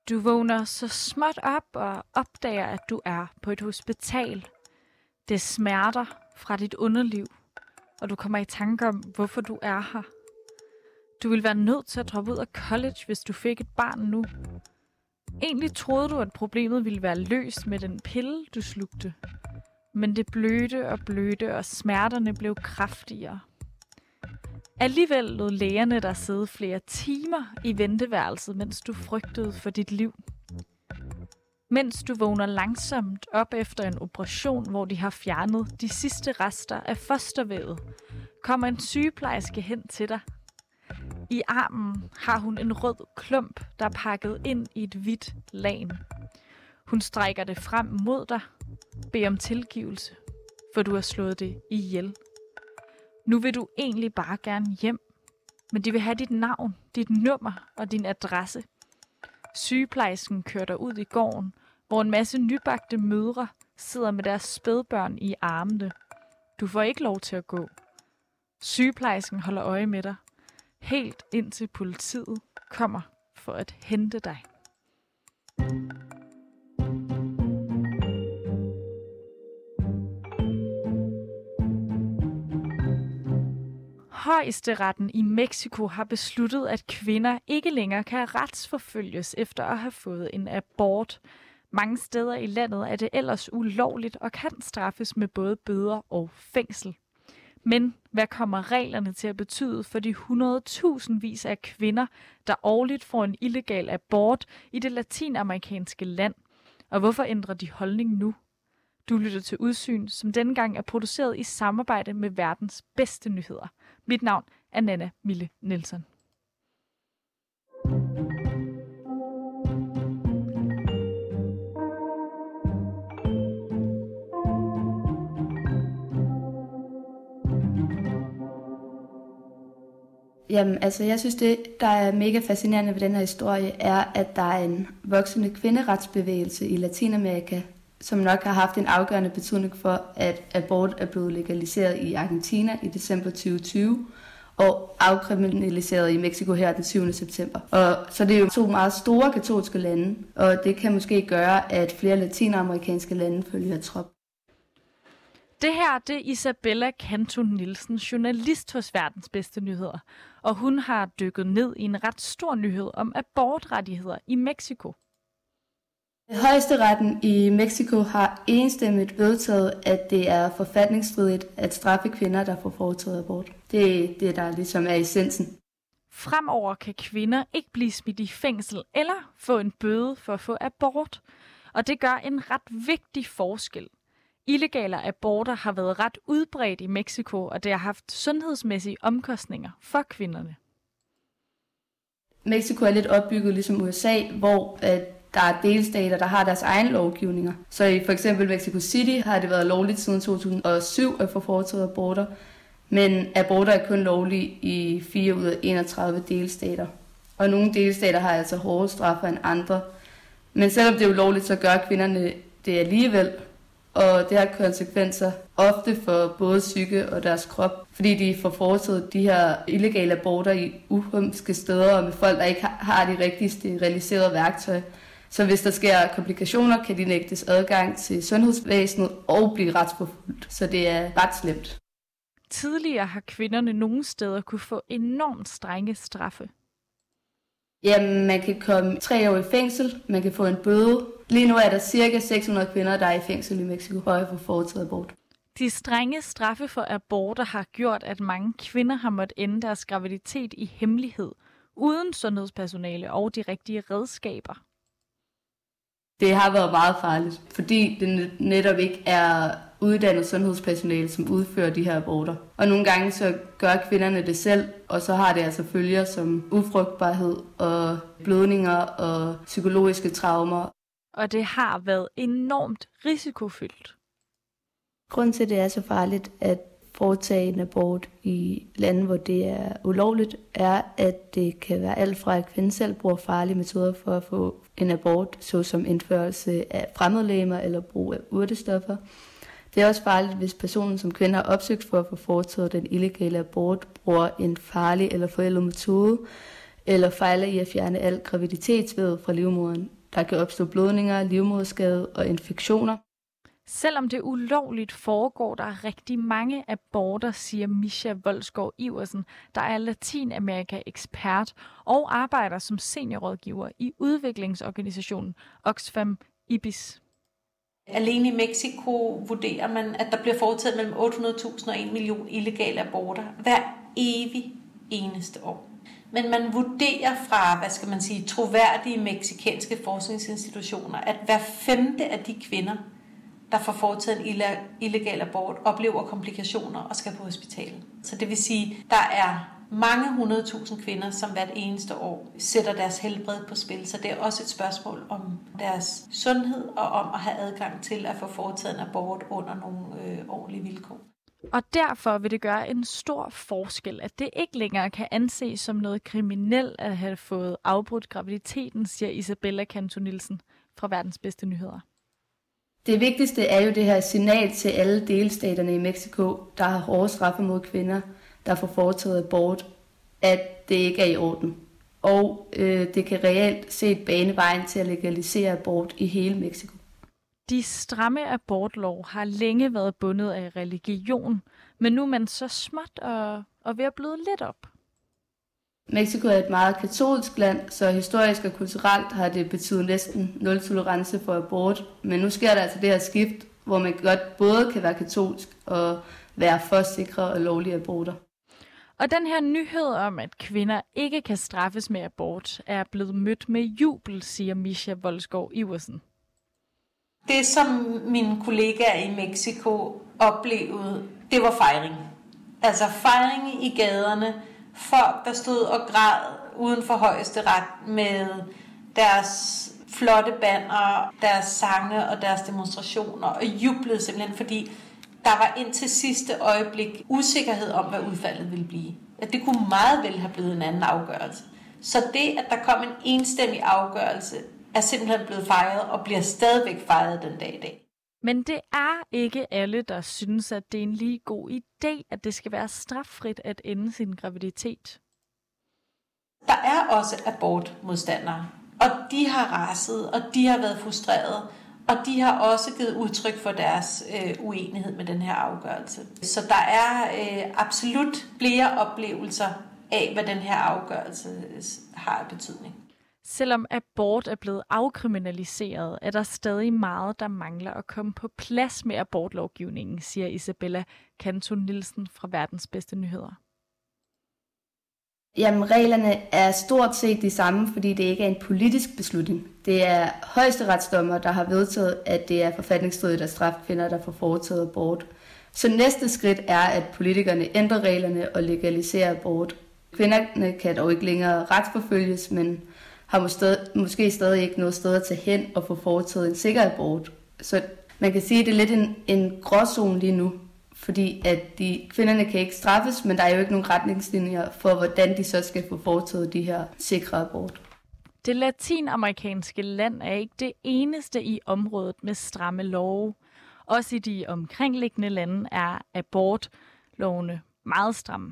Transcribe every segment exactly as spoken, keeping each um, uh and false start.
Du vågner så småt op og opdager, at du er på et hospital. Det smerter fra dit underliv, og du kommer i tanke om, hvorfor du er her. Du vil være nødt til at droppe ud af college, hvis du fik et barn nu. Egentlig troede du, at problemet ville være løst med den pille, du slugte. Men det blødte og blødte, og smerterne blev kraftigere. Alligevel lod lægerne dig sidde flere timer i venteværelset, mens du frygtede for dit liv. Mens du vågner langsomt op efter en operation, hvor de har fjernet de sidste rester af fostervævet, kommer en sygeplejerske hen til dig. I armen har hun en rød klump, der er pakket ind i et hvidt lagen. Hun strækker det frem mod dig, beder om tilgivelse, for du har slået det ihjel. Nu vil du egentlig bare gerne hjem, men de vil have dit navn, dit nummer og din adresse. Sygeplejersken kører dig ud i gården, hvor en masse nybagte mødre sidder med deres spædbørn i armene. Du får ikke lov til at gå. Sygeplejersken holder øje med dig, helt indtil politiet kommer for at hente dig. Højesteretten i Mexico har besluttet, at kvinder ikke længere kan retsforfølges efter at have fået en abort. Mange steder i landet er det ellers ulovligt og kan straffes med både bøder og fængsel. Men hvad kommer reglerne til at betyde for de hundredtusindvis af kvinder, der årligt får en illegal abort i det latinamerikanske land? Og hvorfor ændrer de holdning nu? Du lytter til Udsyn, som denne gang er produceret i samarbejde med verdens bedste nyheder. Mit navn er Nanna Mille Nielsen. Jamen, altså jeg synes, det, der er mega fascinerende ved den her historie, er, at der er en voksende kvinderetsbevægelse i Latinamerika, som nok har haft en afgørende betydning for, at abort er blevet legaliseret i Argentina i december tyve tyve, og afkriminaliseret i Mexico her den syvende september. Og så det er jo to meget store katolske lande, og det kan måske gøre, at flere latinamerikanske lande følger trop. Det her, det er Isabella Canto Nielsen, journalist hos Verdens Bedste Nyheder, og hun har dykket ned i en ret stor nyhed om abortrettigheder i Mexico. Højesteretten i Mexico har enstemmigt vedtaget, at det er forfatningsstridigt at straffe kvinder, der får foretaget abort. Det er det, der ligesom er essensen. Fremover kan kvinder ikke blive smidt i fængsel eller få en bøde for at få abort, og det gør en ret vigtig forskel. Illegale aborter har været ret udbredt i Mexico, og det har haft sundhedsmæssige omkostninger for kvinderne. Mexico er lidt opbygget ligesom U S A, hvor at der er delstater, der har deres egen lovgivninger. Så i for eksempel Mexico City har det været lovligt siden to tusind og syv at få foretaget aborter, men aborter er kun lovlige i fire ud af enogtredive delstater. Og nogle delstater har altså hårde straffer end andre. Men selvom det er ulovligt, så gør kvinderne det alligevel. Og det har konsekvenser ofte for både psyke og deres krop, fordi de får foretaget de her illegale aborter i uhumske steder og med folk, der ikke har de rigtige steriliserede værktøjer. Så hvis der sker komplikationer, kan de nægtes adgang til sundhedsvæsenet og blive retsforfulgt. Så det er ret slemt. Tidligere har kvinderne nogle steder kunne få enormt strenge straffe. Jamen, man kan komme tre år i fængsel, man kan få en bøde. Lige nu er der cirka seks hundrede kvinder, der er i fængsel i Mexico for at få foretaget abort. De strenge straffe for aborter har gjort, at mange kvinder har måttet ende deres graviditet i hemmelighed, uden sundhedspersonale og de rigtige redskaber. Det har været meget farligt, fordi det netop ikke er uddannet sundhedspersonale, som udfører de her aborter. Og nogle gange så gør kvinderne det selv, og så har det altså følger som ufrugtbarhed og blødninger og psykologiske traumer. Og det har været enormt risikofyldt. Grunden til, at det er så farligt at foretage en abort i lande, hvor det er ulovligt, er, at det kan være alt fra, at kvinden selv bruger farlige metoder for at få en abort, såsom indførelse af fremmedlegemer eller brug af urtestoffer. Det er også farligt, hvis personen, som kvinde har opsøgt for at få foretaget den illegale abort, bruger en farlig eller forældet metode, eller fejler i at fjerne al graviditetsvæv fra livmoderen, Der kan opstå blødninger, livmoderskade og infektioner. Selvom det ulovligt foregår der rigtig mange aborter, siger Misha Volsgaard Iversen, der er Latinamerika-ekspert og arbejder som seniorrådgiver i udviklingsorganisationen Oxfam I B I S. Alene i Mexico vurderer man, at der bliver foretaget mellem otte hundrede tusind og en million illegale aborter hver evig eneste år. Men man vurderer fra, hvad skal man sige, troværdige mexikanske forskningsinstitutioner, at hver femte af de kvinder, der får foretaget en illegal abort, oplever komplikationer og skal på hospitalet. Så det vil sige, der er mange hundredtusind kvinder, som hvert eneste år sætter deres helbred på spil. Så det er også et spørgsmål om deres sundhed og om at have adgang til at få foretaget en abort under nogle øh, ordentlige vilkår. Og derfor vil det gøre en stor forskel, at det ikke længere kan anses som noget kriminelt at have fået afbrudt graviditeten, siger Isabella Canto Nielsen fra Verdens Bedste Nyheder. Det vigtigste er jo det her signal til alle delstaterne i Mexico, der har hårde straffe mod kvinder, der får foretaget abort, at det ikke er i orden. Og øh, det kan reelt set bane vejen til at legalisere abort i hele Mexico. De stramme abortlov har længe været bundet af religion, men nu er man så småt og, og ved at bløde lidt op. Mexico er et meget katolsk land, så historisk og kulturelt har det betydet næsten nul tolerance for abort. Men nu sker der altså det her skift, hvor man godt både kan være katolsk og være for sikre og lovlige aborter. Og den her nyhed om, at kvinder ikke kan straffes med abort, er blevet mødt med jubel, siger Misha Volsgaard Iversen. Det, som mine kollegaer i Mexico oplevede, det var fejring. Altså fejring i gaderne. Folk, der stod og græd uden for højesteret med deres flotte banner, deres sange og deres demonstrationer, og jublede simpelthen, fordi der var indtil sidste øjeblik usikkerhed om, hvad udfaldet ville blive. At det kunne meget vel have blevet en anden afgørelse. Så det, at der kom en enstemmig afgørelse, er simpelthen blevet fejret og bliver stadigvæk fejret den dag i dag. Men det er ikke alle, der synes, at det er en lige god idé, at det skal være straffrit at ende sin graviditet. Der er også abortmodstandere, og de har raset, og de har været frustrerede, og de har også givet udtryk for deres øh, uenighed med den her afgørelse. Så der er øh, absolut flere oplevelser af, hvad den her afgørelse har af betydning. Selvom abort er blevet afkriminaliseret, er der stadig meget, der mangler at komme på plads med abortlovgivningen, siger Isabella Canto Nielsen fra Verdens Bedste Nyheder. Jamen, reglerne er stort set de samme, fordi det ikke er en politisk beslutning. Det er højesteretsdommer, der har vedtaget, at det er forfatningsstridigt at straffe kvinder, der får foretaget abort. Så næste skridt er, at politikerne ændrer reglerne og legaliserer abort. Kvinderne kan dog ikke længere retsforfølges, men har måske stadig ikke noget sted at tage hen og få foretaget en sikker abort. Så man kan sige, at det er lidt en, en gråzone lige nu, fordi at de, kvinderne kan ikke straffes, men der er jo ikke nogen retningslinjer for, hvordan de så skal få foretaget de her sikre abort. Det latinamerikanske land er ikke det eneste i området med stramme love. Også i de omkringliggende lande er abortlovene meget stramme.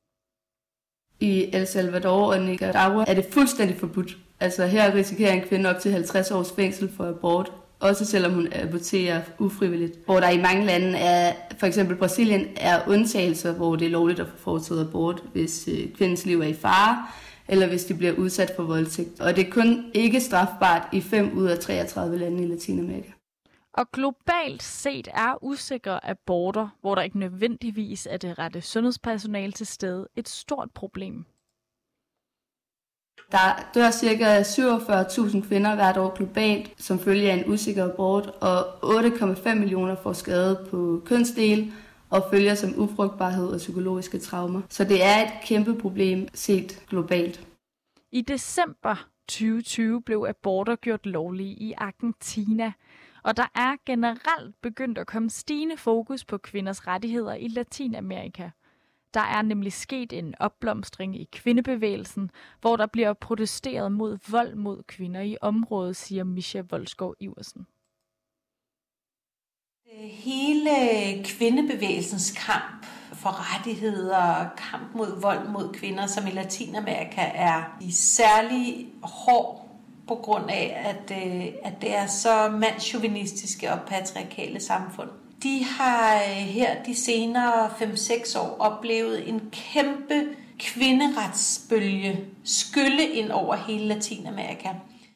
I El Salvador og Nicaragua er det fuldstændig forbudt. Altså her risikerer en kvinde op til halvtreds års fængsel for abort, også selvom hun aborterer ufrivilligt. Hvor der i mange lande er, for eksempel Brasilien, er undtagelser, hvor det er lovligt at få foretaget abort, hvis kvindens liv er i fare, eller hvis de bliver udsat for voldtægt. Og det er kun ikke strafbart i fem ud af treogtredive lande i Latinamerika. Og globalt set er usikre aborter, hvor der ikke nødvendigvis er det rette sundhedspersonale til stede, et stort problem. Der dør ca. syvogfyrre tusind kvinder hvert år globalt, som følge af en usikker abort, og otte komma fem millioner får skade på kønsdele og følger som ufrugtbarhed og psykologiske traumer. Så det er et kæmpe problem set globalt. I december tyve tyve blev aborter gjort lovlige i Argentina, og der er generelt begyndt at komme stigende fokus på kvinders rettigheder i Latinamerika. Der er nemlig sket en opblomstring i kvindebevægelsen, hvor der bliver protesteret mod vold mod kvinder i området, siger Misha Volsgaard Iversen. Hele kvindebevægelsens kamp for rettigheder, kamp mod vold mod kvinder, som i Latinamerika er i særlig hård på grund af, at, øh, at det er så mandschauvinistiske og patriarkale samfund. De har øh, her de senere fem seks år oplevet en kæmpe kvinderetsbølge skylle ind over hele Latinamerika.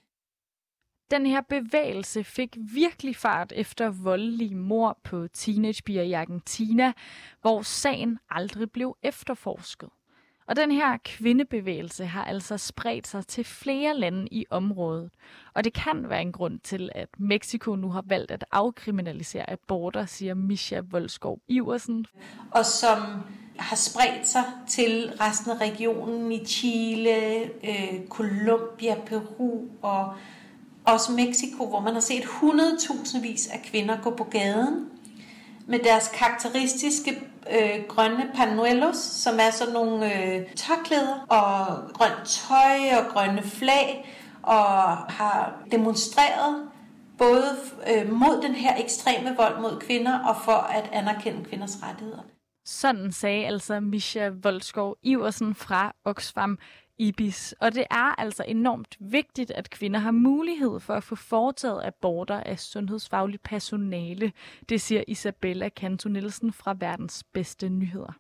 Den her bevægelse fik virkelig fart efter voldelige mord på teenagepiger i Argentina, hvor sagen aldrig blev efterforsket. Og den her kvindebevægelse har altså spredt sig til flere lande i området. Og det kan være en grund til, at Mexico nu har valgt at afkriminalisere aborter, siger Mischa Voldskov Iversen. Og som har spredt sig til resten af regionen i Chile, øh, Colombia, Peru og også Mexico, hvor man har set hundredtusindvis af kvinder gå på gaden med deres karakteristiske øh, grønne panuelos, som er sådan nogle øh, tørklæder og grønt tøj og grønne flag, og har demonstreret både øh, mod den her ekstreme vold mod kvinder og for at anerkende kvinders rettigheder. Sådan sagde altså Mischa Voldskov Iversen fra Oxfam I B I S. Og det er altså enormt vigtigt, at kvinder har mulighed for at få foretaget aborter af sundhedsfagligt personale. Det siger Isabella Canto Nielsen fra Verdens Bedste Nyheder.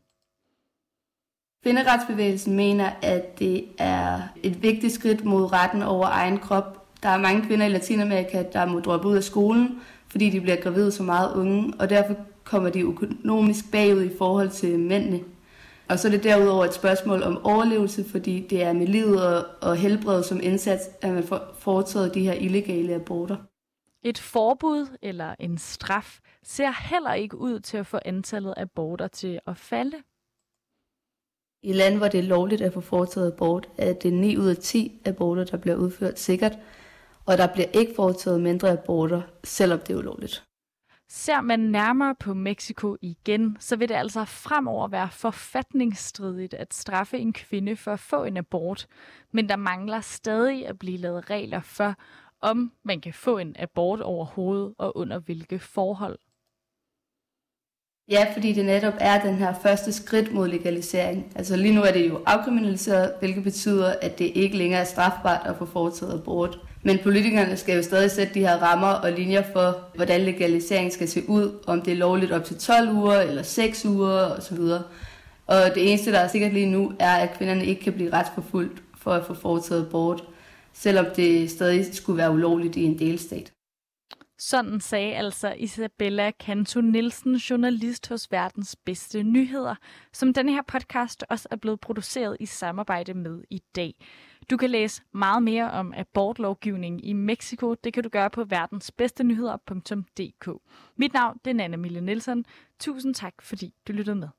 Kvinderetsbevægelsen mener, at det er et vigtigt skridt mod retten over egen krop. Der er mange kvinder i Latinamerika, der må droppe ud af skolen, fordi de bliver gravide så meget unge, og derfor kommer de økonomisk bagud i forhold til mændene. Og så er det derudover et spørgsmål om overlevelse, fordi det er med livet og helbredet som indsats, at man får foretaget de her illegale aborter. Et forbud eller en straf ser heller ikke ud til at få antallet af aborter til at falde. I lande, hvor det er lovligt at få foretaget abort, er det ni ud af ti aborter, der bliver udført sikkert, og der bliver ikke foretaget mindre aborter, selvom det er ulovligt. Ser man nærmere på Mexico igen, så vil det altså fremover være forfatningsstridigt at straffe en kvinde for at få en abort, men der mangler stadig at blive lavet regler for, om man kan få en abort overhovedet og under hvilke forhold. Ja, fordi det netop er den her første skridt mod legalisering. Altså lige nu er det jo afkriminaliseret, hvilket betyder, at det ikke længere er strafbart at få foretaget abort. Men politikerne skal jo stadig sætte de her rammer og linjer for, hvordan legalisering skal se ud, om det er lovligt op til tolv uger eller seks uger osv. Og det eneste, der er sikkert lige nu, er, at kvinderne ikke kan blive retsforfulgt for at få foretaget abort, selvom det stadig skulle være ulovligt i en delstat. Sådan sagde altså Isabella Canto Nielsen, journalist hos Verdens Bedste Nyheder, som denne her podcast også er blevet produceret i samarbejde med i dag. Du kan læse meget mere om abortlovgivning i Mexico. Det kan du gøre på verdensbedstenyheder punktum d k. Mit navn det er Nanna Mille Nielsen. Tusind tak, fordi du lyttede med.